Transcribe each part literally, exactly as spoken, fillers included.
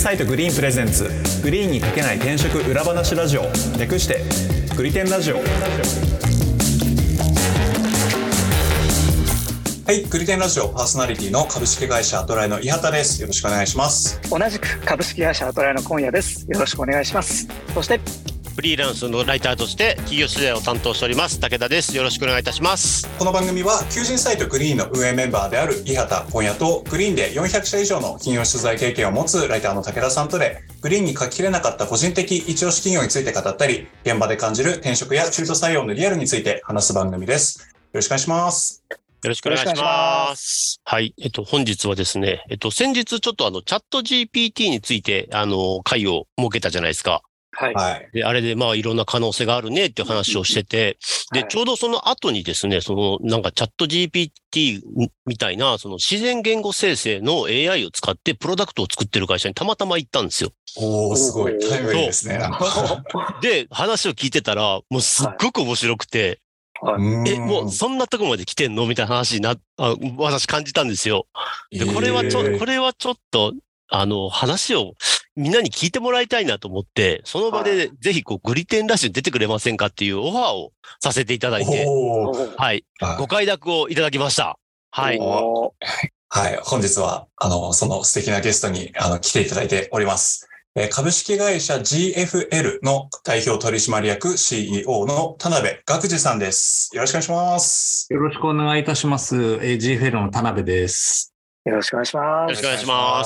サイトグリーンプレゼンツグリーンにかけない転職裏話ラジオ、略してグリテンラジオ。はい、グリテンラジオパーソナリティの株式会社アトライの伊畑です。よろしくお願いします。 同じく株式会社アトライの今夜です。よろしくお願いします。そしてフリーランスのライターとして企業取材を担当しております武田です。よろしくお願いいたします。 この番組は求人サイトグリーンの運営メンバーである伊畑今夜とグリーンでよんひゃくしゃ以上の企業取材経験を持つライターの武田さんとでグリーンに書ききれなかった個人的一押し企業について語ったり、現場で感じる転職や中途採用のリアルについて話す番組です。よろしくお願いします。 よろしくお願いします。はい。えっと、本日はですね、えっと、先日ちょっとあの、チャット ジーピーティー について、あの、会を設けたじゃないですか。 はい。 で、あれでまあいろんな可能性があるねっていう話をしてて、で、 はい、 ちょうどその後にですね、そのなんかチャット ジーピーティー みたいな、その自然言語生成の エーアイ を使ってプロダクトを作ってる会社にたまたま行ったんですよ。 おー、すごい。タイムリーですね。 で、話を聞いてたら、もうすっごく面白くて、はい、え、もうそんなとこまで来てんのみたいな話にな、あ、私感じたんですよ。で、これはちょ、これはちょっと、あの、話をみんなに聞いてもらいたいなと思って、その場でぜひこうグリテンラッシュに出てくれませんかっていうオファーをさせていただいて、はい、ご快諾をいただきました。はい。 はい、本日は、あの、その素敵なゲストに、あの、来ていただいております。えー、株式会社 ジーエフエル の代表取締役 シーイーオー の田辺学次さんです。よろしくお願いします。 よろしくお願いいたします。えー、ジーエフエル の田辺です。 よろしくお願いします。 よろしくお願いします。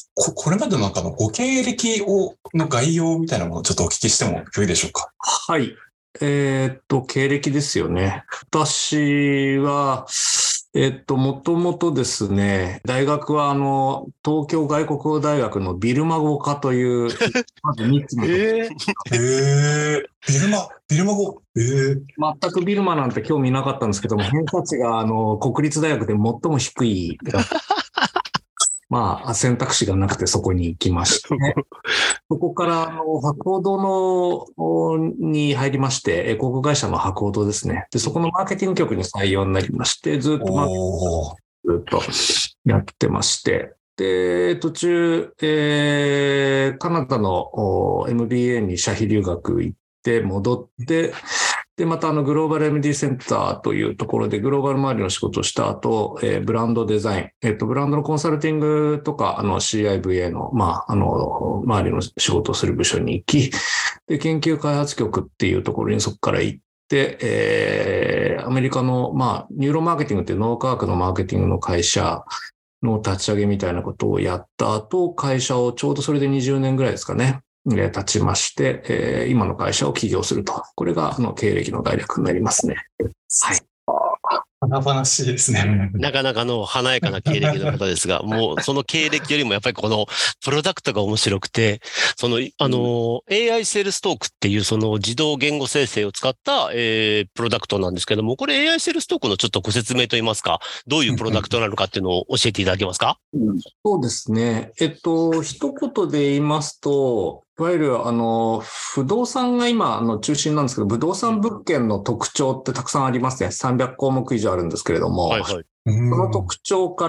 こ、これまでのなんかのご経歴を、の概要みたいなものをちょっとお聞きしてもよいでしょうか。 はい。えー、っと、経歴ですよね。私は、えー、っと、もともとですね、大学はあの、東京外国語大学のビルマ語科という、まずみっつの。 えー、えー、ビルマ、ビルマ語、えー、 全くビルマなんて興味なかったんですけども、偏差値があの、国立大学で最も低い。まあ、選択肢がなくてそこに行きまして、ね、そこから、あの、博報堂の、に入りまして、航空会社の博報堂ですね。で、そこのマーケティング局に採用になりまして、ずっとマーケティングずっとやってまして、で、途中、えー、カナダの エムビーエー に社費留学行って戻って、で、またあのグローバル エムディー センターというところでグローバル周りの仕事をした後、えー、ブランドデザイン、えっと、ブランドのコンサルティングとか、あの シーアイブイエー の、まあ、あの、周りの仕事をする部署に行き、で、研究開発局っていうところにそこから行って、えー、アメリカの、まあ、ニューロマーケティングっていう脳科学のマーケティングの会社の立ち上げみたいなことをやった後、会社をちょうどそれでにじゅうねんぐらいですかね。経ちまして、えー、今の会社を起業すると。これがあの経歴の概略になりますね。はい。 華々しいですね。 なかなかの華やかな経歴の方ですが、もうその経歴よりもやっぱりこのプロダクトが面白くて、その、あの、うん、エーアイ セールストークっていうその自動言語生成を使った、えー、プロダクトなんですけども、これ エーアイ セールストークのちょっとご説明といいますか、どういうプロダクトなのかっていうのを教えていただけますか？ うん、そうですね。えっと、一言で言いますと、いわゆる、あの、不動産が今、あの、中心なんですけど、不動産物件の特徴ってたくさんありますね。さんびゃくこうもく以上あるんですけれども、はいはい、その特徴から、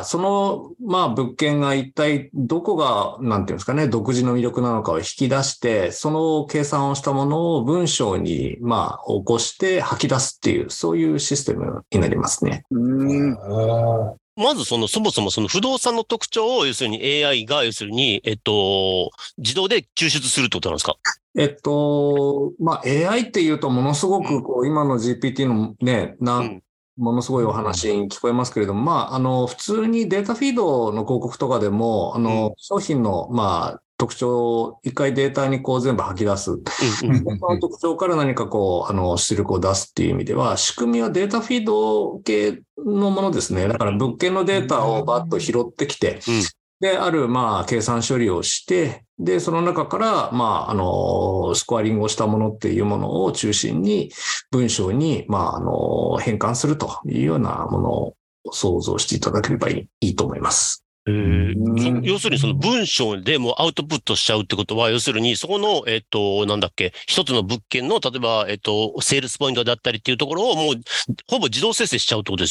その、まあ、物件が一体どこが、なんていうんですかね、独自の魅力なのかを引き出して、その計算をしたものを文章に、まあ、起こして吐き出すっていう、そういうシステムになりますね。 うんまずその、そもそもその不動産の特徴を、要するに エーアイ が、要するに、えっと、自動で抽出するってことなんですか？ えっと、まあ、エーアイ っていうとものすごくこう、今の ジーピーティー のね、な、うん、ものすごいお話に聞こえますけれども、まあ、あの、普通にデータフィードの広告とかでも、あの、うん、商品の、まあ、特徴を一回データにこう全部吐き出す。その特徴から何かこう、あの、出力を出すっていう意味では、仕組みはデータフィード系のものですね。だから物件のデータをバッと拾ってきて、うん、で、ある、まあ、計算処理をして、で、その中から、まあ、あの、スコアリングをしたものっていうものを中心に、文章に、まあ、あの、変換するというようなものを想像していただければいい、いいと思います。 えー、要するにその文章でもアウトプットしちゃうってことは、要するにそこの、えっと、なんだっけ、一つの物件の、例えば、えっと、セールスポイントだったりっていうところをもう、ほぼ自動生成しちゃうってことですよね。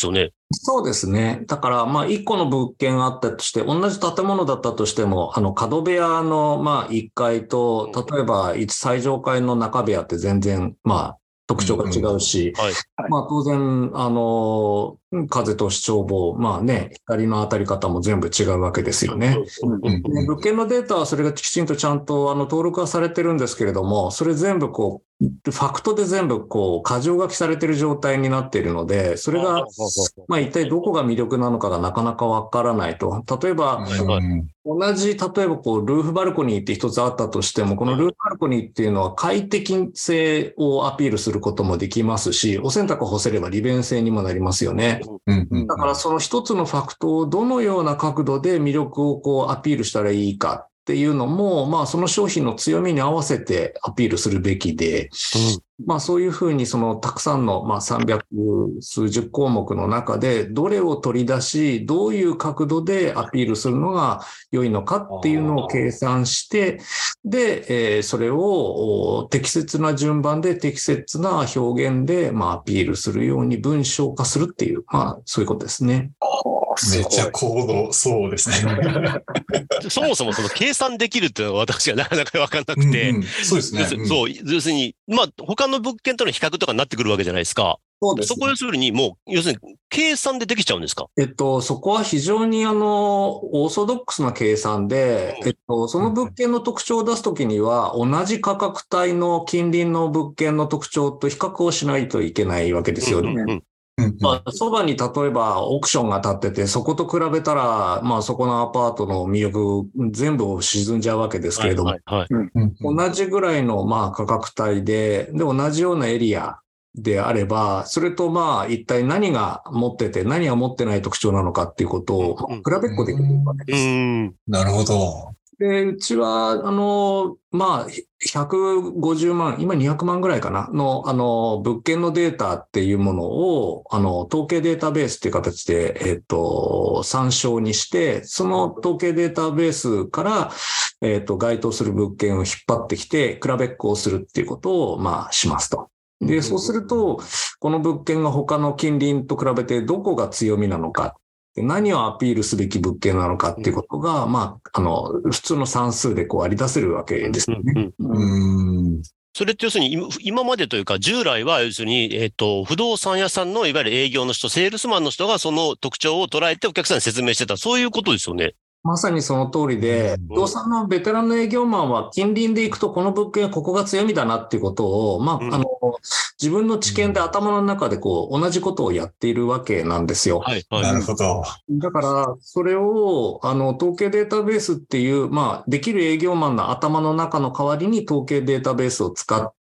そうですね。だから、まあ、一個の物件あったとして、同じ建物だったとしても、あの、角部屋の、まあ、いっかいと、例えば、最上階の中部屋って全然、まあ、特徴が違うし、 はい。 まあ、当然、あの、風通し眺望、まあね、光の当たり方も全部違うわけですよね。で物件のデータはそれがきちんとちゃんとあの登録はされてるんですけれども、それ全部こう、ファクトで全部こう、箇条書きされてる状態になっているので、それが、まあ一体どこが魅力なのかがなかなかわからないと。例えば、同じ、例えばこう、ルーフバルコニーって一つあったとしても、このルーフバルコニーっていうのは快適性をアピールすることもできますし、お洗濯を干せれば利便性にもなりますよね。だからその一つのファクトをどのような角度で魅力をこうアピールしたらいいかっていうのも、まあその商品の強みに合わせてアピールするべきで、まあそういうふうにそのたくさんのまあさんびゃく数十項目の中でどれを取り出し、どういう角度でアピールするのが良いのかっていうのを計算して、で、えー、それを適切な順番で適切な表現でまあアピールするように文章化するっていう、まあそういうことですね。 めっちゃ高度そうですね。 そもそもその計算できるっていうのは私はなかなか分かんなくて。うんうん、 そうですね。 うん、そう、要するに、まあ他の物件との比較とかになってくるわけじゃないですか。 そうですね。 そこ要するにもう、要するに計算でできちゃうんですか？ えっと、そこは非常にあの、オーソドックスな計算で、えっと、その物件の特徴を出すときには、同じ価格帯の近隣の物件の特徴と比較をしないといけないわけですよね。うんうんうんまあ、そばに例えばオークションが立ってて、そこと比べたら、まあそこのアパートの魅力全部沈んじゃうわけですけれども、はいはいはい、同じぐらいのまあ価格帯で、で、同じようなエリアであれば、それとまあ一体何が持ってて何が持ってない特徴なのかっていうことを比べっこできるわけです。 うんなるほど。 で、うちは、あの、まあ、ひゃくごじゅうまん、今にひゃくまんぐらいかな、の、あの、物件のデータっていうものを、あの、統計データベースっていう形で、えっと、参照にして、その統計データベースから、えっと、該当する物件を引っ張ってきて、比べっこをするっていうことを、まあ、しますと。で、そうすると、この物件が他の近隣と比べてどこが強みなのか。何をアピールすべき物件なのかっていうことが、うん、まあ、あの、普通の算数でこう割り出せるわけですよね。うんうんうん、それって要するに、今までというか、従来は要するに、えっと、不動産屋さんのいわゆる営業の人、セールスマンの人がその特徴を捉えてお客さんに説明してた、そういうことですよね。 まさにその通りで、不動産のベテランの営業マンは近隣で行くとこの物件はここが強みだなっていうことを、まあ、うん、あの、自分の知見で頭の中でこう、同じことをやっているわけなんですよ。 はい、はい。なるほど。 だから、それを、あの、統計データベースっていう、まあ、できる営業マンの頭の中の代わりに統計データベースを使って、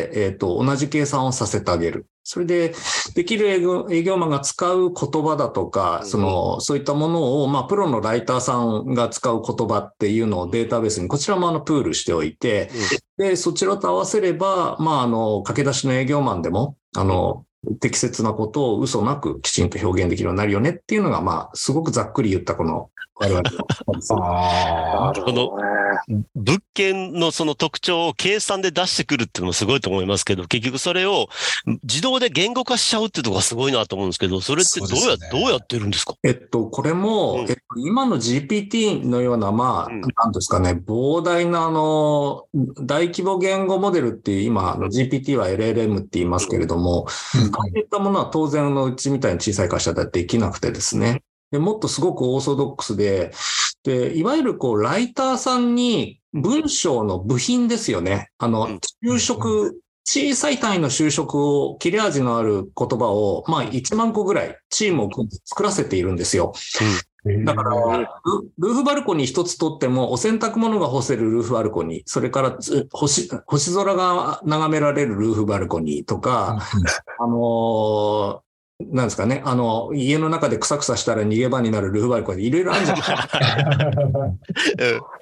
えっと、同じ計算をさせてあげる。それで、できる営業、営業マンが使う言葉だとか、その、そういったものを、まあ、プロのライターさんが使う言葉っていうのをデータベースに、こちらもあの、プールしておいて、で、そちらと合わせれば、まあ、あの、駆け出しの営業マンでも、あの、適切なことを嘘なくきちんと表現できるようになるよねっていうのが、まあ、すごくざっくり言ったこの、我々の。 あこの物件のその特徴を計算で出してくるっていうのもすごいと思いますけど、結局それを自動で言語化しちゃうっていうところがすごいなと思うんですけど、それってどうや、ね、どうやってるんですか？ えっと、これも、うん、えっと、今の ジーピーティー のような、まあ、うん、なんですかね、膨大なあの、大規模言語モデルっていう今、ジーピーティー は エルエルエム って言いますけれども、うん、こういったものは当然のうちみたいに小さい会社ではできなくてですね、でもっとすごくオーソドックスで、で、いわゆるこう、ライターさんに文章の部品ですよね。あの、修飾、小さい単位の修飾を、切れ味のある言葉を、まあいちまんこぐらいチームを組んで作らせているんですよ。だからル、ルーフバルコニー一つとっても、お洗濯物が干せるルーフバルコニー、それから星、星空が眺められるルーフバルコニーとか、あのー、なんですかね。あの、家の中でクサクサしたら逃げ場になるルーフバルコニーいろいろあるじゃないですか。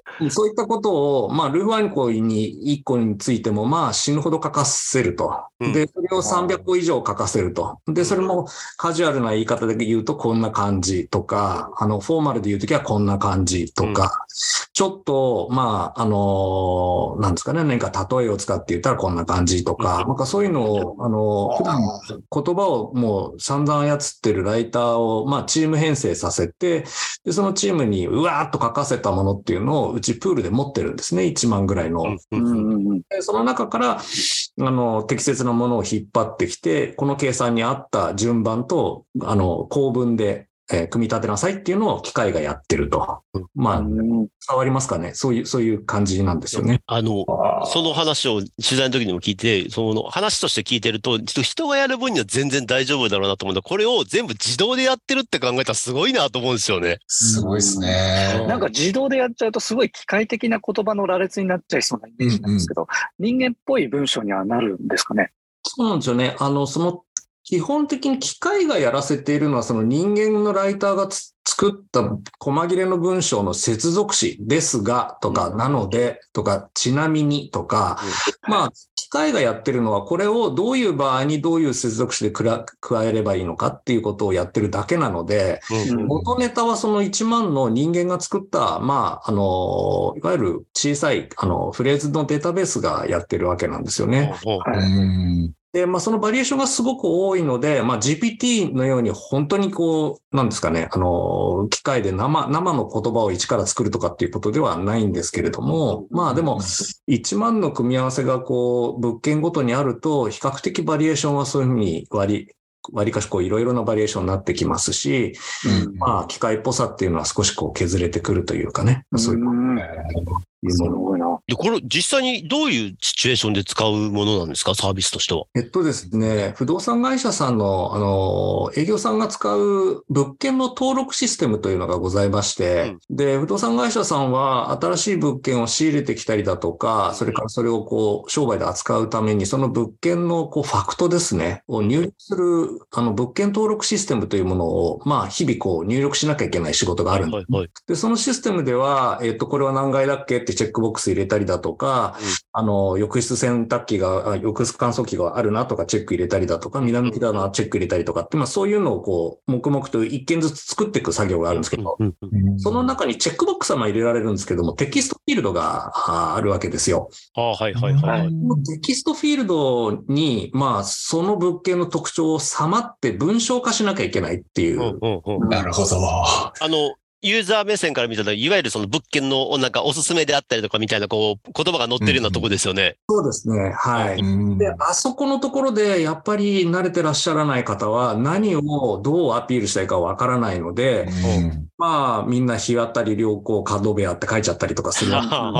そういったことを、まあ、ルーフワンコインにいっこについても、まあ、死ぬほど書かせると。で、それをさんびゃっこ以上書かせると。で、それもカジュアルな言い方で言うとこんな感じとか、あの、フォーマルで言うときはこんな感じとか、ちょっと、まあ、あの、なんですかね、何か例えを使って言ったらこんな感じとか、なんかそういうのを、あの、普段言葉をもう散々操ってるライターを、まあ、チーム編成させて、で、そのチームにうわーっと書かせたものっていうのをうちプールで持ってるんですね。いちまんぐらいの。でその中から、あの、適切なものを引っ張ってきて、この計算に合った順番と、あの、構文で、えー、組み立てなさいっていうのを機械がやってると。まあ、伝わりますかね。そういう、そういう感じなんですよね。 あの、その話を取材の時にも聞いて、その話として聞いてると、ちょっと人がやる分には全然大丈夫だろうなと思うんだ。これを全部自動でやってるって考えたらすごいなと思うんですよね。 すごいですね。 なんか自動でやっちゃうとすごい機械的な言葉の羅列になっちゃいそうなイメージなんですけど、うんうん、人間っぽい文章にはなるんですかね。 そうなんですよね。あの、その、基本的に機械がやらせているのは、その人間のライターが作った細切れの文章の接続詞ですがとか、なのでとか、ちなみにとか、まあ、機械がやってるのはこれをどういう場合にどういう接続詞で加えればいいのかっていうことをやってるだけなので、元ネタはそのいちまんの人間が作った、まあ、あの、いわゆる小さい、あの、フレーズのデータベースがやってるわけなんですよね。はいで、まあ、そのバリエーションがすごく多いので、まあ、ジーピーティー のように本当にこう、なんですかね、あの、機械で生、生の言葉を一から作るとかっていうことではないんですけれども、まあでも、いちまんの組み合わせがこう、物件ごとにあると、比較的バリエーションはそういうふうに割り、割かしこういろいろなバリエーションになってきますし、うん、まあ機械っぽさっていうのは少しこう削れてくるというかね、そういうのがすごいな。 で、これ実際にどういうシチュエーションで使うものなんですか、サービスとしては。 えっとですね、不動産会社さんの、あの、営業さんが使う物件の登録システムというのがございまして、うん、で、不動産会社さんは新しい物件を仕入れてきたりだとか、それからそれをこう、商売で扱うために、その物件のこう、ファクトですね、を入力する、あの、物件登録システムというものを、まあ、日々こう、入力しなきゃいけない仕事があるんです。はいはいはい、で、そのシステムでは、えっと、これは何階だっけってチェックボックス入れたりだとか、うん、あの、浴室洗濯機が、浴室乾燥機があるなとかチェック入れたりだとか、南北のチェック入れたりとかって、まあそういうのをこう、黙々と一件ずつ作っていく作業があるんですけど、その中にチェックボックスはまあ入れられるんですけども、テキストフィールドがあるわけですよ。 ああ、はいはいはい。 テキストフィールドに、まあその物件の特徴をさまって文章化しなきゃいけないっていう。 うんうんうん、なるほど。 あの、ユーザー目線から見たら、いわゆるその物件のなんかおすすめであったりとかみたいなこう言葉が載ってるようなとこですよね。 うん、そうですね。はい。で、あそこのところでやっぱり慣れてらっしゃらない方は何をどうアピールしたいかわからないので、うん、まあみんな日当たり良好角部屋って書いちゃったりとかする。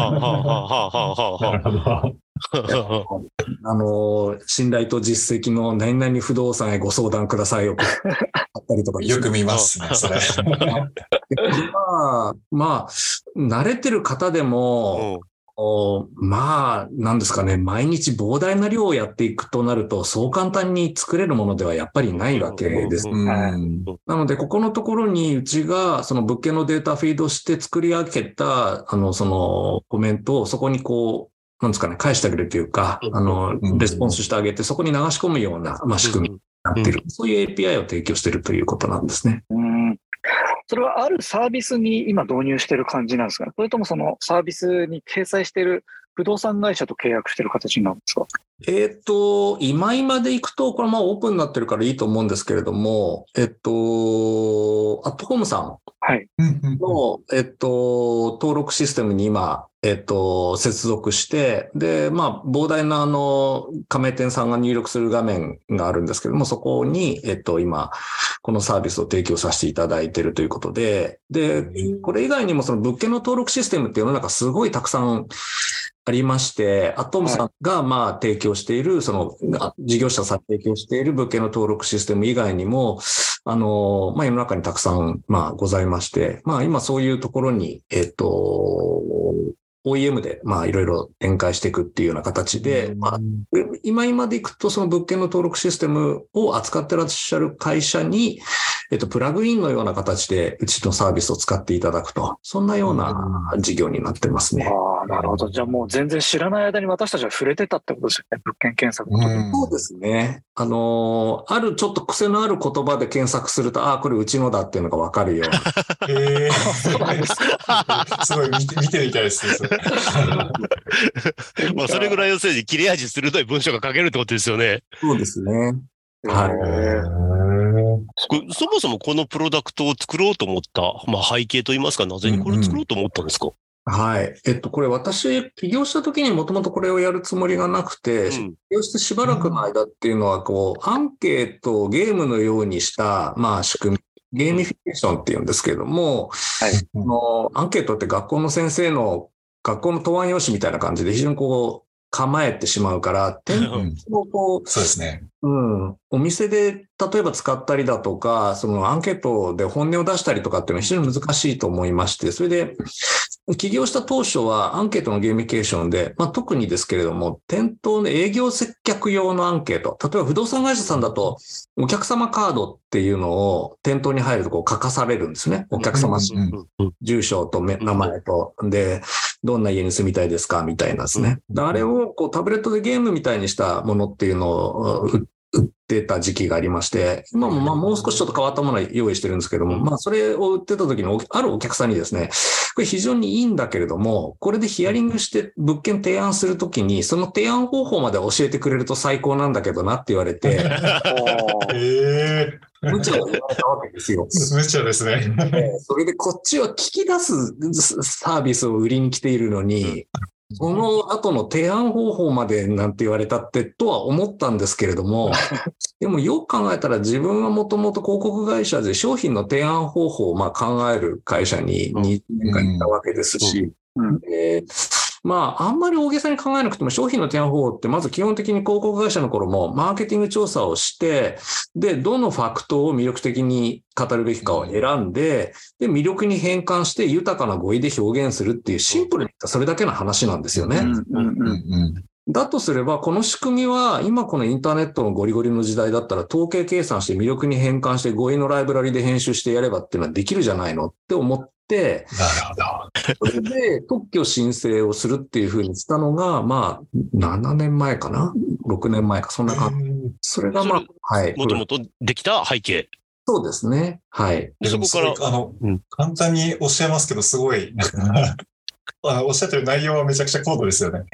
あの、信頼と実績の何々不動産へご相談くださいよ。あったりとか、 ね。よく見ますね、それ。 まあ、まあ、慣れてる方でも、まあ、なんですかね、毎日膨大な量をやっていくとなると、そう簡単に作れるものではやっぱりないわけです。うん、なので、ここのところにうちが、その物件のデータフィードして作り上げた、あの、そのコメントをそこにこう、なんですかね、返してあげるというか、あの、レスポンスしてあげて、そこに流し込むような、まあ、仕組みになっている。そういう エーピーアイ を提供しているということなんですね。 うんそれはあるサービスに今導入している感じなんですかね。それともそのサービスに掲載している不動産会社と契約している形になるんですか？ えっと、今今でいくと、これまあオープンになってるからいいと思うんですけれども、えっと、アットホームさんの、えっと、登録システムに今、えっと、接続して、で、まあ、膨大なあの、加盟店さんが入力する画面があるんですけども、そこに、えっと、今、このサービスを提供させていただいているということで、で、これ以外にもその物件の登録システムっていうのなんかすごいたくさんありまして、アットホームさんがまあ提供している、その事業者さん提供している物件の登録システム以外にも、あの、まあ世の中にたくさんまあございまして、まあ今そういうところに、えっと、オーイーエム で、まあ、いろいろ展開していくっていうような形で、まあ、今今でいくと、その物件の登録システムを扱ってらっしゃる会社に、 えっと、プラグインのような形でうちのサービスを使っていただくと、そんなような事業になってますね。 ああ、なるほど。じゃあもう全然知らない間に私たちは触れてたってことですよね。物件検索の時に。 そうですね。あのー、あるちょっと癖のある言葉で検索すると、ああ、これうちのだっていうのがわかるような。 へえ。そうなんですか。すごい見て、見てみたいですね、それ。 まあ、それぐらい要するに切れ味鋭い文章が書けるってことですよね。 そうですね。はい。 そもそもこのプロダクトを作ろうと思った、まあ、背景といいますか、なぜにこれ作ろうと思ったんですか？うんうん、はい。えっと、これ私、起業した時にもともとこれをやるつもりがなくて、うん、起業してしばらくの間っていうのは、こう、アンケートをゲームのようにした、まあ、仕組み。ゲーミフィケーションっていうんですけれども、はい、のアンケートって学校の先生の学校の答案用紙みたいな感じで非常にこう構えてしまうから、店舗をこう、 そうですね。 うん、お店で例えば使ったりだとか、そのアンケートで本音を出したりとかっていうのは非常に難しいと思いまして、それで起業した当初はアンケートのゲーミフィケーションで、まあ、特にですけれども、店頭の営業接客用のアンケート、例えば不動産会社さんだとお客様カードっていうのを店頭に入るとこう書かされるんですね。お客様、住所と名前と、で、どんな家に住みたいですかみたいなですね。あれをこうタブレットでゲームみたいにしたものっていうのを売ってた時期がありまして、今もまあもう少しちょっと変わったものを用意してるんですけども、まあそれを売ってた時にあるお客さんにですね、これ非常にいいんだけれども、これでヒアリングして物件提案するときに、その提案方法まで教えてくれると最高なんだけどなって言われて、 えー無茶を言われたわけですよ。 無茶ですね。 それでこっちは聞き出すサービスを売りに来ているのに、その後の提案方法までなんて言われたってとは思ったんですけれども、でもよく考えたら自分はもともと広告会社で商品の提案方法をまあ考える会社ににねんかんいたわけですし、でまあ、あんまり大げさに考えなくても商品の提案方法ってまず基本的に広告会社の頃もマーケティング調査をして、で、どのファクトを魅力的に語るべきかを選んで、で、魅力に変換して豊かな語彙で表現するっていうシンプルに言ったそれだけの話なんですよね。だとすれば、この仕組みは今このインターネットのゴリゴリの時代だったら統計計算して魅力に変換して語彙のライブラリで編集してやればっていうのはできるじゃないのって思って、で、 なるほど。 それで特許申請をするっていうふうにしたのが、まあ、ななねんまえかな ?ろくねんまえか、そんな感じ。それがまあ、はい。 もともとできた背景。 そうですね。はい。 で、そこから、あの、うん、簡単におっしゃいますけど、すごい、あのおっしゃってる内容はめちゃくちゃ高度ですよね。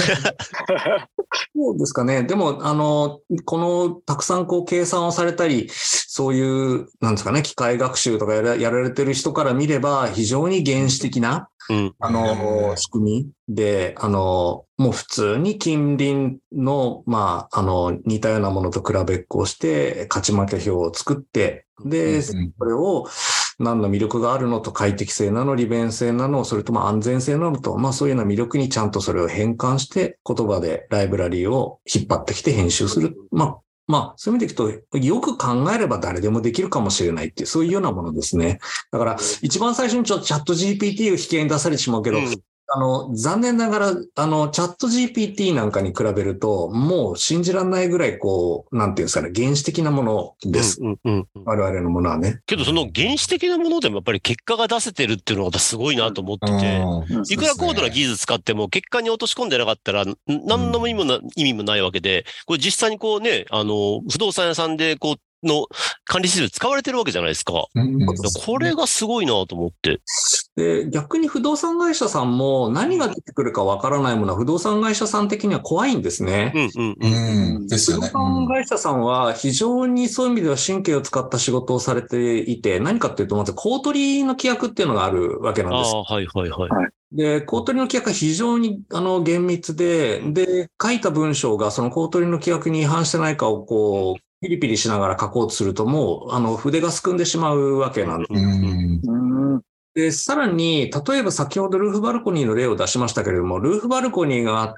そうですかね。でも、あの、この、たくさんこう計算をされたり、そういう、なんですかね、機械学習とかやら、やられてる人から見れば、非常に原始的な、うん、あの、仕組みで、あの、もう普通に近隣の、まあ、あの、似たようなものと比べっこをして、勝ち負け表を作って、で、それを、何の魅力があるのと快適性なの、利便性なの、それとも安全性なのと、まあそういうような魅力にちゃんとそれを変換して言葉でライブラリーを引っ張ってきて編集する。まあ、まあそういう意味でいくと、よく考えれば誰でもできるかもしれないっていう、そういうようなものですね。だから一番最初にちょっとチャット ジーピーティー を引き合いに出されてしまうけど、うんあの、残念ながら、あの、チャット ジーピーティー なんかに比べると、もう信じられないぐらい、こう、なんていうんですかね、原始的なものです。うんうんうん、我々のものはね。 けど、その原始的なものでもやっぱり結果が出せてるっていうのがすごいなと思ってて、うん、いくら高度な技術使っても結果に落とし込んでなかったら、何の意味もな、うん、意味もないわけで、これ実際にこうね、あの、不動産屋さんでこう、の管理システム使われてるわけじゃないですか。うん、これがすごいなと思って。 で、逆に不動産会社さんも何が出てくるかわからないものは不動産会社さん的には怖いんですね。 うんうんうん。ですよね。 不動産会社さんは非常にそういう意味では神経を使った仕事をされていて、何かっていうとまず公取りの規約っていうのがあるわけなんです。 ああ、はいはいはい。 はいで、公取りの規約が非常にあの厳密で、で、書いた文章がその公取りの規約に違反してないかをこう、ピリピリしながら書こうとするともう、あの、筆がすくんでしまうわけなんです。うんで、さらに、例えば先ほどルーフバルコニーの例を出しましたけれども、ルーフバルコニーがあって、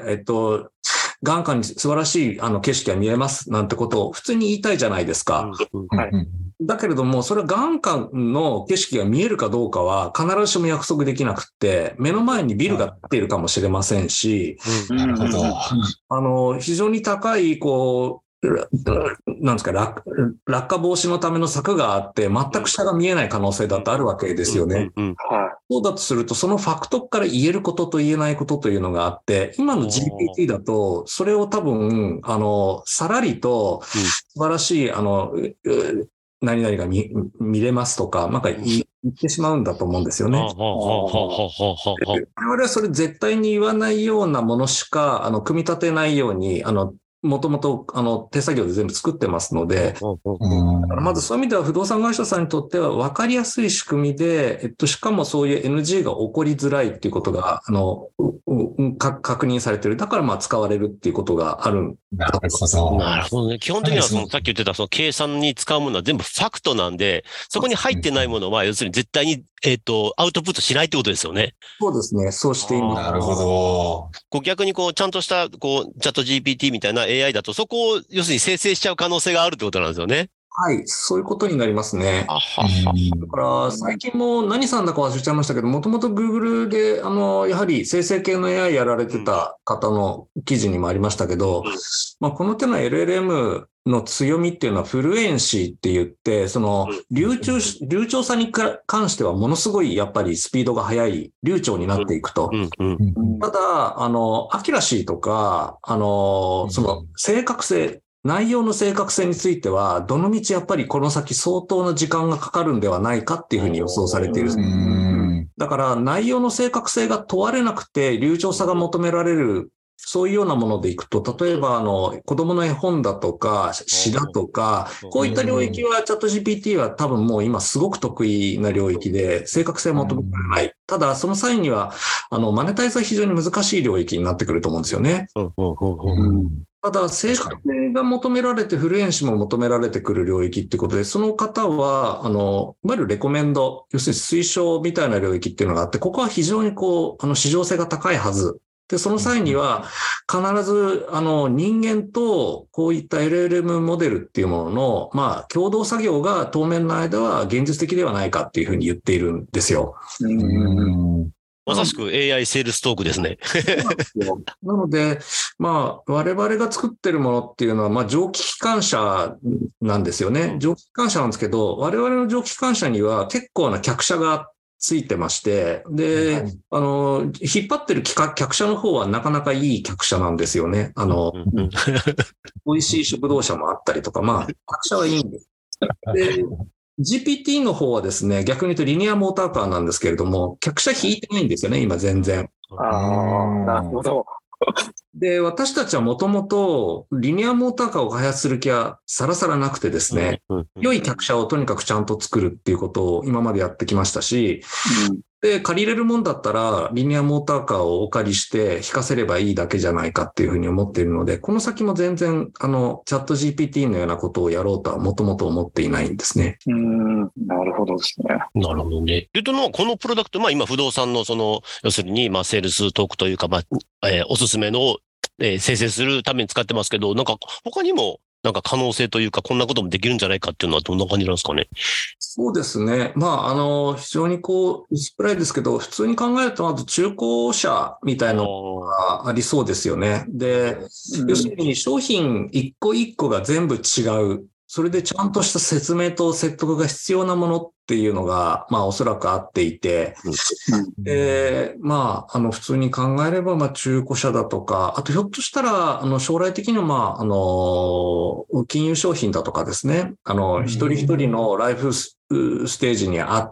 えっと、眼下に素晴らしいあの景色が見えますなんてことを普通に言いたいじゃないですか。はい、だけれども、それは眼下の景色が見えるかどうかは必ずしも約束できなくって、目の前にビルが建っているかもしれませんし、 なるほど。 あの、非常に高い、こう、 なんですか、落、落下防止のための柵があって、全く下が見えない可能性だってあるわけですよね。そうだとすると、そのファクトから言えることと言えないことというのがあって、今の ジーピーティー だと、それを多分、あの、さらりと素晴らしい、あの、何々が 見, 見れますとか、なんか言ってしまうんだと思うんですよね。我々はそれ絶対に言わないようなものしか、あの、組み立てないように、あの、もともと、あの、手作業で全部作ってますので、だからまずそういう意味では不動産会社さんにとっては分かりやすい仕組みで、えっと、しかもそういう エヌジー が起こりづらいっていうことが、あの、確認されてる。だからまあ使われるっていうことがあるんだと思います。 なるほどね。基本的にはその、さっき言ってたその計算に使うものは全部ファクトなんで、そこに入ってないものは、要するに絶対に、えっと、アウトプットしないってことですよね。 そうですね。そうしています。 なるほど。 こう逆にこう、ちゃんとした、こう、チャット ジーピーティー みたいな エーアイ だと、そこを、要するに生成しちゃう可能性があるってことなんですよね。 はい、そういうことになりますね。だから、最近も何さんだか忘れちゃいましたけど、もともと Google で、あの、やはり生成系の エーアイ やられてた方の記事にもありましたけど、まあ、この手の エルエルエム の強みっていうのはフルエンシーって言って、その、流暢、流暢さに関してはものすごいやっぱりスピードが速い、流暢になっていくと。ただ、あの、アキュラシーとか、あの、その、正確性、内容の正確性については、どのみちやっぱりこの先相当な時間がかかるんではないかっていうふうに予想されている。だから内容の正確性が問われなくて流暢さが求められる、そういうようなものでいくと、例えばあの子供の絵本だとか詩だとか、こういった領域はチャット ジーピーティー は多分もう今すごく得意な領域で正確性を求められない。ただその際にはあのマネタイズは非常に難しい領域になってくると思うんですよね。ただ、正確性が求められて、フルエンシも求められてくる領域ってことで、その方は、あの、いわゆるレコメンド、要するに推奨みたいな領域っていうのがあって、ここは非常にこう、あの、市場性が高いはず。で、その際には、必ず、あの、人間と、こういった エルエルエム モデルっていうものの、まあ、共同作業が当面の間は現実的ではないかっていうふうに言っているんですよ。うんまさしく エーアイ セールストークですね。 なので、まあ、我々が作ってるものっていうのは、まあ、蒸気機関車なんですよね。蒸気機関車なんですけど、我々の蒸気機関車には結構な客車がついてまして、で、はい、あの、引っ張ってる客車の方はなかなかいい客車なんですよね。あの、美味しい食堂車もあったりとか、まあ、客車はいいんです。でジーピーティー の方はですね、逆に言うとリニアモーターカーなんですけれども、客車引いてないんですよね、今全然。 ああ、なるほど。 で、私たちはもともとリニアモーターカーを開発する気はさらさらなくてですね、良い客車をとにかくちゃんと作るっていうことを今までやってきましたし、うんで、借りれるもんだったら、リニアモーターカーをお借りして引かせればいいだけじゃないかっていうふうに思っているので、この先も全然、あの、チャット ジーピーティー のようなことをやろうとはもともと思っていないんですね。 うん、なるほどですね。 なるほどね。で、このプロダクト、まあ今不動産のその、要するに、まあセールストークというか、まあ、えー、おすすめの、えー、生成するために使ってますけど、なんか他にも、なんか可能性というか、こんなこともできるんじゃないかっていうのはどんな感じなんですかね。 そうですね。まあ、あの、非常にこう、薄っぺらいですけど、普通に考えると、まず中古車みたいなのがありそうですよね。で、うん、要するに商品一個一個が全部違う。それでちゃんとした説明と説得が必要なものっていうのが、まあおそらくあっていて、うん、で、まあ、あの普通に考えれば、まあ中古車だとか、あとひょっとしたら、あの将来的には、まあ、あの、金融商品だとかですね、あの、一人一人のライフスステージにあって、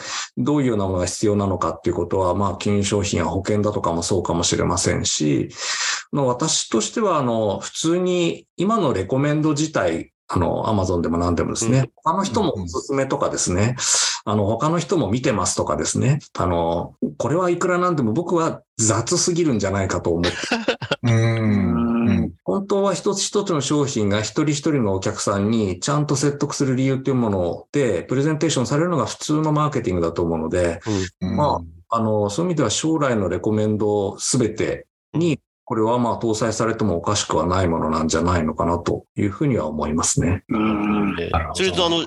どういうようなものが必要なのかっていうことは、まあ、金融商品や保険だとかもそうかもしれませんし、私としては、あの、普通に今のレコメンド自体、あの、アマゾンでも何でもですね、他の人もおすすめとかですね、あの、他の人も見てますとかですね、あの、これはいくらなんでも僕は雑すぎるんじゃないかと思って。うん本当は一つ一つの商品が一人一人のお客さんにちゃんと説得する理由っていうもので、プレゼンテーションされるのが普通のマーケティングだと思うので、うんまあ、あの、そういう意味では将来のレコメンドすべてに、これはまあ搭載されてもおかしくはないものなんじゃないのかなというふうには思いますね。 うん。それとあの、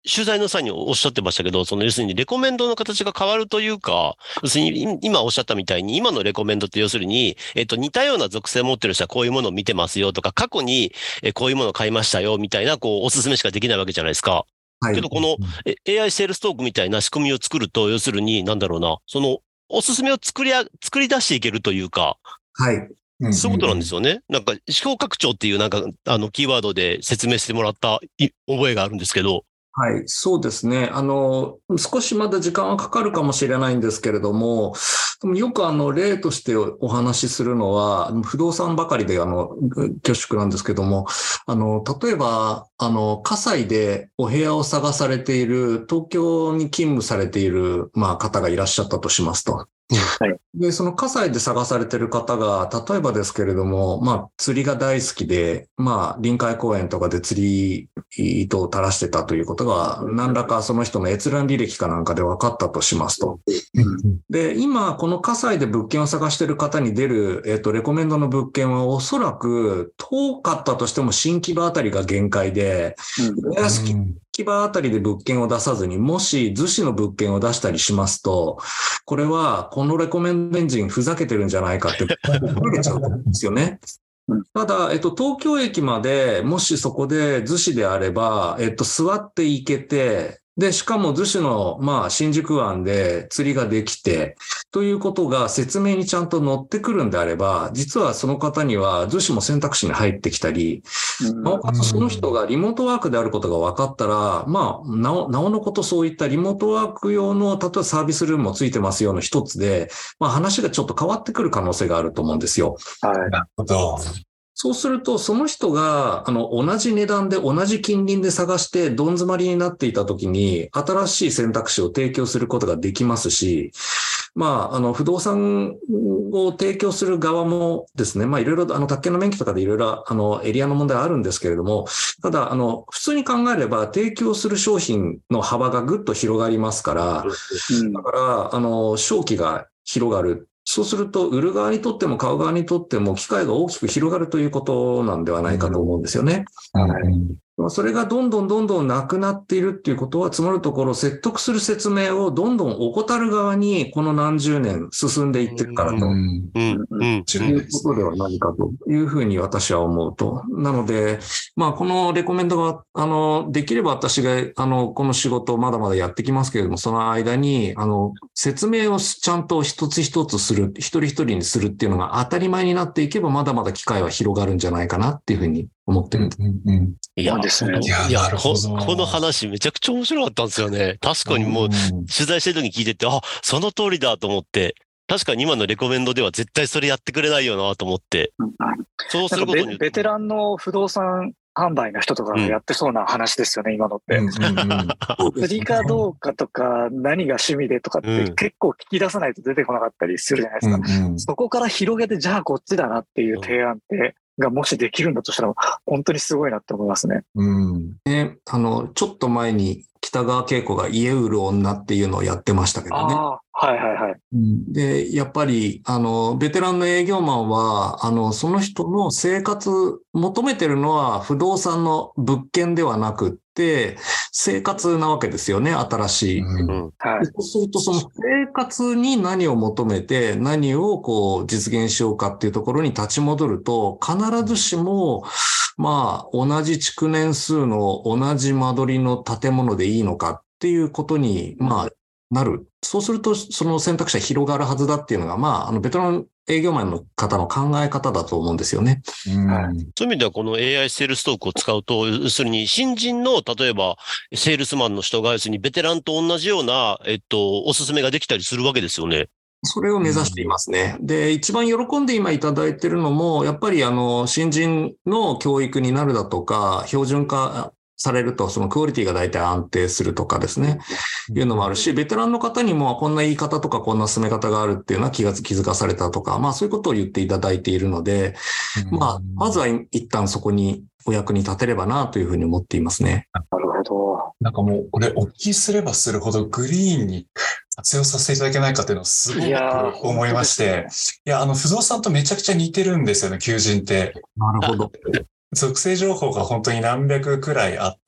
取材の際におっしゃってましたけど、その要するにレコメンドの形が変わるというか、要するに今おっしゃったみたいに、今のレコメンドって要するに、えっと、似たような属性を持ってる人はこういうものを見てますよとか、過去にこういうものを買いましたよみたいな、こう、おすすめしかできないわけじゃないですか。はい、けど、この エーアイ セールストークみたいな仕組みを作ると、要するに、なんだろうな、その、おすすめを作りあ、作り出していけるというか、 はい。 そういうことなんですよね。なんか、思考拡張っていうなんか、あの、キーワードで説明してもらった覚えがあるんですけど。 はい、そうですね。あの、少しまだ時間はかかるかもしれないんですけれども、よくあの、例としてお話しするのは、不動産ばかりであの、恐縮なんですけども、あの、例えば、あの、葛西でお部屋を探されている、東京に勤務されている、まあ、方がいらっしゃったとしますと。はい、で、その葛西で探されている方が、例えばですけれども、まあ、釣りが大好きで、まあ、臨海公園とかで釣り糸を垂らしてたということが、何らかその人の閲覧履歴かなんかで分かったとしますと。で、今、この葛西で物件を探している方に出る、えっと、レコメンドの物件はおそらく、遠かったとしても新木場あたりが限界で、安木場あたりで物件を出さずに、もし逗子の物件を出したりしますと、これは、このレコメンドエンジンふざけてるんじゃないかって、思げちゃうと思うんですよね。ただ、えっと、東京駅まで、もしそこで逗子であれば、えっと、座って行けて、で、しかも逗子の、まあ、新宿湾で釣りができて、ということが説明にちゃんと載ってくるんであれば、実はその方には逗子も選択肢に入ってきたり、なおかつその人がリモートワークであることが分かったら、まあ、なお、なおのことそういったリモートワーク用の、例えばサービスルームもついてますよの一つで、まあ話がちょっと変わってくる可能性があると思うんですよ。 はい。なるほど。 そうすると、その人が、あの、同じ値段で同じ近隣で探して、どん詰まりになっていたときに、新しい選択肢を提供することができますし、まあ、あの、不動産を提供する側もですね、まあ、いろいろ、あの、宅建の免許とかでいろいろ、あの、エリアの問題はあるんですけれども、ただ、あの、普通に考えれば、提供する商品の幅がぐっと広がりますから、だから、あの、商機が広がる。そうすると、売る側にとっても買う側にとっても機会が大きく広がるということなんではないかと思うんですよね。はい、それがどんどんどんどんなくなっているっていうことは、つまるところ説得する説明をどんどん怠る側にこの何十年進んでいってるからと、いうことではないかというふうに私は思うと。なので、まあこのレコメンドが、あの、できれば私が、あの、この仕事をまだまだやってきますけれども、その間に、あの、説明をちゃんと一つ一つする、一人一人にするっていうのが当たり前になっていけば、まだまだ機会は広がるんじゃないかなっていうふうに思ってるんです。うんうん、 いや、ですね。いや、いやこ、この話めちゃくちゃ面白かったんですよね。確かにもう、取材してる時に聞いてて、あ、その通りだと思って、確かに今のレコメンドでは絶対それやってくれないよなと思って。そうすることにベ。ベテランの不動産販売の人とかがやってそうな話ですよね、うん、今のって。釣りかどうかとか、何が趣味でとかって結構聞き出さないと出てこなかったりするじゃないですか。うんうん、そこから広げて、じゃあこっちだなっていう提案って、がもしできるんだとしたら、本当にすごいなって思いますね。 うん。ね、あの、ちょっと前に北川景子が家売る女っていうのをやってましたけどね。 ああ、はいはいはい。 で、やっぱり、あの、ベテランの営業マンは、あの、その人の生活、求めてるのは不動産の物件ではなくって、生活なわけですよね、新しい。うんはい、そうすると、その生活に何を求めて、何をこう実現しようかっていうところに立ち戻ると、必ずしも、まあ、同じ築年数の同じ間取りの建物でいいのかっていうことに、まあ、なる。そうすると、その選択肢は広がるはずだっていうのが、まあ、あの、ベテラン営業マンの方の考え方だと思うんですよね。 うん、そういう意味では、この エーアイ セールストークを使うと、要するに、新人の、例えば、セールスマンの人が、要するに、ベテランと同じような、えっと、おすすめができたりするわけですよね。 それを目指していますね。で、一番喜んで今いただいているのも、やっぱりあの、新人の教育になるだとか、標準化されると、そのクオリティが大体安定するとかですね、いうのもあるし、ベテランの方にもこんな言い方とかこんな進め方があるっていうのは気が気づかされたとか、まあそういうことを言っていただいているので、まあ、まずは一旦そこにお役に立てればなというふうに思っていますね。 なるほど。 なんかもう、これ、お聞きすればするほどグリーンに活用させていただけないかっていうのをすごく思いまして。いや、いやあの、不動産とめちゃくちゃ似てるんですよね、求人って。 なるほど。 属性情報が本当に何百くらいあって、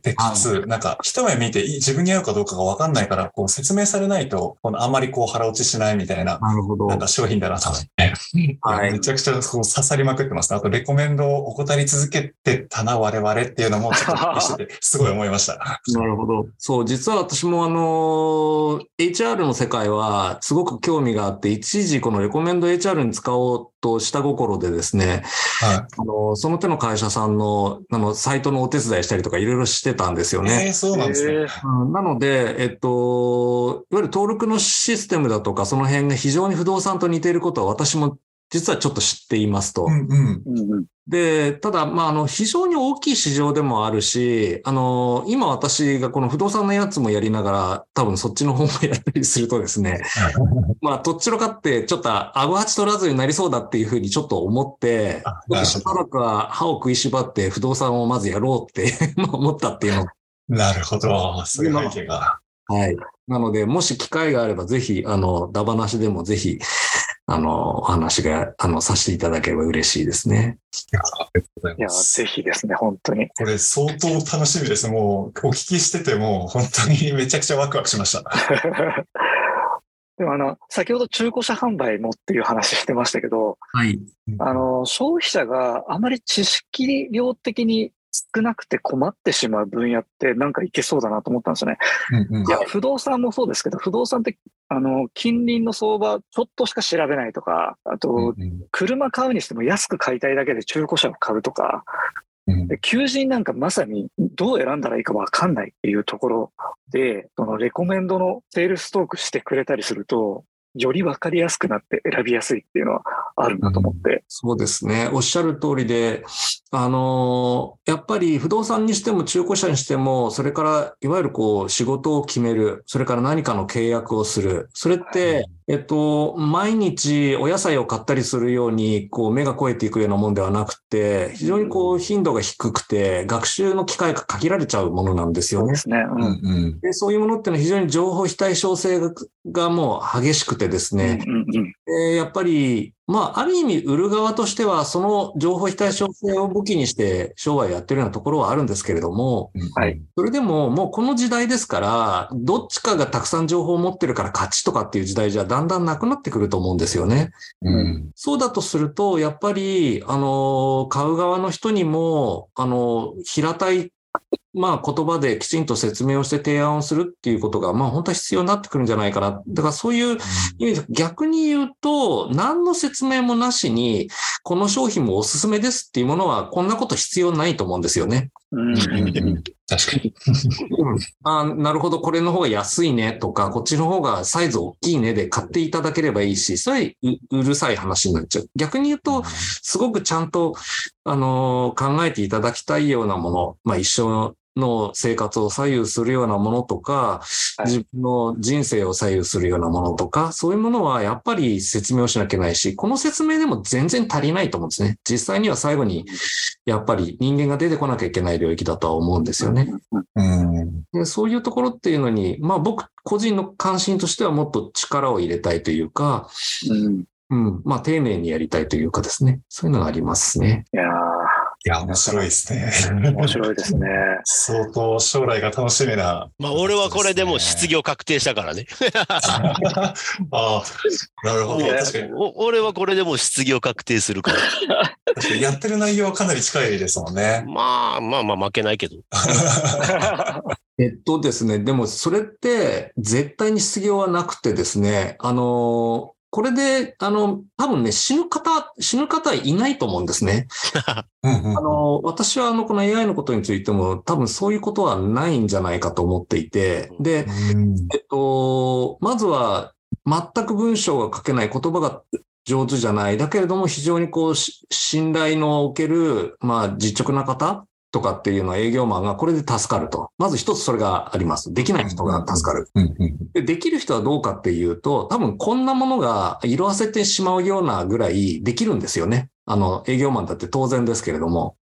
で、かつ、なんか、一目見て自分に合うかどうかがわかんないから、こう説明されないと、このあんまりこう腹落ちしないみたいな、 なるほど。 なんか商品だなと思って。はい。めちゃくちゃこう刺さりまくってます。あと、レコメンドを怠り続けてたな、我々っていうのもちょっと気にしてて、すごい思いました。 なるほど。そう、実は私もあの、エイチアール の世界はすごく興味があって、一時このレコメンド エイチアール に使おうと下心でですね、はい、あのその手の会社さんのあのサイトのお手伝いしたりとかいろいろしてたんですよね。 えー、そうなんですね。 うん、なので、えっと、いわゆる登録のシステムだとかその辺が非常に不動産と似ていることは私も実はちょっと知っていますと。 うんうん、 で、ただ、まあ、あの、非常に大きい市場でもあるし、あの、今私がこの不動産のやつもやりながら、多分そっちの方もやったりするとですね、まあ、どっちのかって、ちょっと、あごはち取らずになりそうだっていうふうにちょっと思って、しばらくは歯を食いしばって不動産をまずやろうって思ったっていうの。 なるほど。そういう背景が。 はい。なので、もし機会があれば、ぜひ、あの、ダバなしでもぜひ、あの、お話が、あの、させていただければ嬉しいですね。 いや、ありがとうございます。 いや、ぜひですね、本当に。 これ相当楽しみです。もう、お聞きしてても、本当にめちゃくちゃワクワクしました。 でもあの、先ほど中古車販売もっていう話してましたけど、 はい。 あの、消費者があまり知識量的に少なくて困ってしまう分野ってなんかいけそうだなと思ったんですよね。うんうん、いや、不動産もそうですけど、不動産って、あの、近隣の相場ちょっとしか調べないとか、あと、うんうん、車買うにしても安く買いたいだけで中古車を買うとか、うん、で求人なんかまさにどう選んだらいいか分かんないっていうところで、そのレコメンドのセールストークしてくれたりすると、より分かりやすくなって選びやすいっていうのはあるなと思って、うん、 そうですね。おっしゃる通りで、あのー、やっぱり不動産にしても中古車にしても、それからいわゆるこう仕事を決める、それから何かの契約をする。それって、えっと、毎日お野菜を買ったりするように、こう目が肥えていくようなもんではなくて、非常にこう頻度が低くて、学習の機会が限られちゃうものなんですよね。 そうですね。うんうん、 でそういうものってのは非常に情報非対称性がもう激しくてですね、 うんうんうん、 でやっぱり、まあ、ある意味、売る側としては、その情報非対称性を武器にして商売やってるようなところはあるんですけれども、 はい、 それでも、もうこの時代ですから、どっちかがたくさん情報を持ってるから勝ちとかっていう時代じゃだんだんなくなってくると思うんですよね。うん、そうだとすると、やっぱり、あの、買う側の人にも、あの、平たいまあ言葉できちんと説明をして提案をするっていうことがまあ本当は必要になってくるんじゃないかな。だからそういう意味で逆に言うと何の説明もなしにこの商品もおすすめですっていうものはこんなこと必要ないと思うんですよね。 うんうんうん、 確かにあ。なるほど、これの方が安いねとか、こっちの方がサイズ大きいねで買っていただければいいし、それうるさい話になっちゃう。逆に言うと、すごくちゃんと、あのー、考えていただきたいようなもの、まあ一緒の生活を左右するようなものとか、自分の人生を左右するようなものとか、そういうものはやっぱり説明をしなきゃいけないし、この説明でも全然足りないと思うんですね。実際には最後にやっぱり人間が出てこなきゃいけない領域だとは思うんですよね。 うん、 でそういうところっていうのに、まあ僕個人の関心としてはもっと力を入れたいというか、うんうん、まあ丁寧にやりたいというかですね、そういうのがありますね。 いやーいや、面白いですね。 面白いですね。 相当将来が楽しみな、ね。 まあ、俺はこれでもう失業確定したからね。 ああ、なるほど。確かに。 俺はこれでもう失業確定するから。 確かにやってる内容はかなり近いですもんね。 まあまあまあ負けないけど。 えっとですね、でもそれって絶対に失業はなくてですね、あの、これで、あの、多分ね、死ぬ方、死ぬ方はいないと思うんですね。 うんうん、 あの、私はあの、この エーアイ のことについても多分そういうことはないんじゃないかと思っていて、で、えっと、まずは全く文章が書けない、言葉が上手じゃない、だけれども非常にこう、信頼のおける、まあ、実直な方とかっていうのは営業マンがこれで助かると。まず一つそれがあります。できない人が助かる。で、できる人はどうかっていうと、多分こんなものが色あせてしまうようなぐらいできるんですよね。あの、営業マンだって当然ですけれども。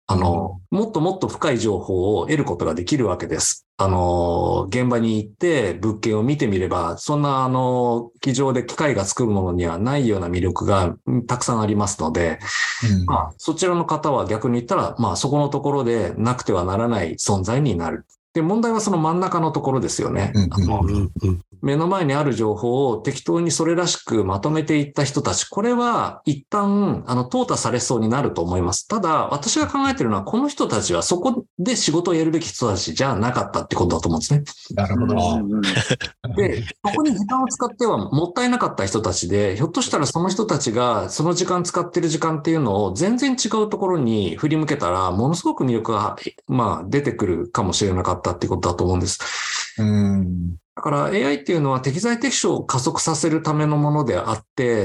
あの、もっともっと深い情報を得ることができるわけです。あの、現場に行って物件を見てみれば、そんなあの、机上で機械が作るものにはないような魅力がたくさんありますので、うん、まあ、そちらの方は逆に言ったら、まあ、そこのところでなくてはならない存在になる。で、問題はその真ん中のところですよね。うんうんうんうん、目の前にある情報を適当にそれらしくまとめていった人たち、これは一旦、あの、淘汰されそうになると思います。ただ、私が考えているのは、この人たちはそこで仕事をやるべき人たちじゃなかったってことだと思うんですね。 なるほど。 で、そこに時間を使ってはもったいなかった人たちで、ひょっとしたらその人たちがその時間使ってる時間っていうのを全然違うところに振り向けたら、ものすごく魅力が、まあ、出てくるかもしれなかったってことだと思うんです。うんだから エーアイ っていうのは適材適所を加速させるためのものであって、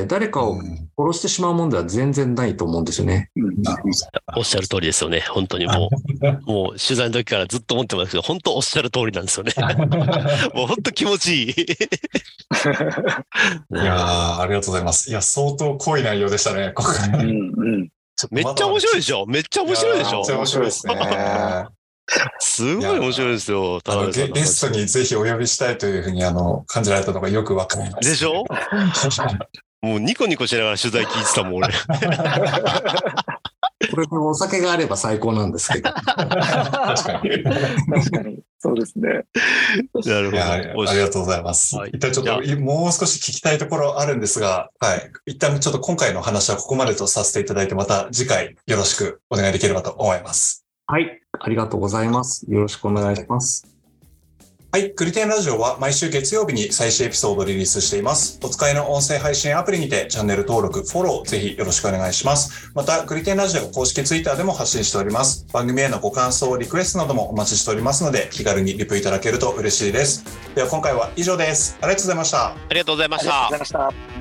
誰かを殺してしまうものでは全然ないと思うんですよね。うん、 おっしゃる通りですよね。本当にもう、もう取材の時からずっと思ってますけど、本当おっしゃる通りなんですよね。もう本当気持ちいい。いやー、ありがとうございます。いや、相当濃い内容でしたね、今回。うんうん、 めっちゃ面白いでしょめっちゃ面白いでしょめっちゃ面白いですね。 すごい面白いですよ。 あのゲ、ゲストにぜひお呼びしたいというふうにあの感じられたのがよくわかります。 でしょもうニコニコしながら取材聞いてたもん、俺。 これもお酒があれば最高なんですけど。確かに。 確かに。そうですね。 なるほど。 ありがとうございます。はい、一旦ちょっともう少し聞きたいところあるんですが、はい。一旦ちょっと今回の話はここまでとさせていただいて、また次回よろしくお願いできればと思います。 はい。ありがとうございます。よろしくお願いします。 はい。クリテンラジオは毎週月曜日に最新エピソードをリリースしています。お使いの音声配信アプリにてチャンネル登録、フォローぜひよろしくお願いします。また、クリテンラジオ公式ツイッターでも発信しております。番組へのご感想、リクエストなどもお待ちしておりますので、気軽にリプいただけると嬉しいです。では今回は以上です。ありがとうございました。 ありがとうございました。 ありがとうございました。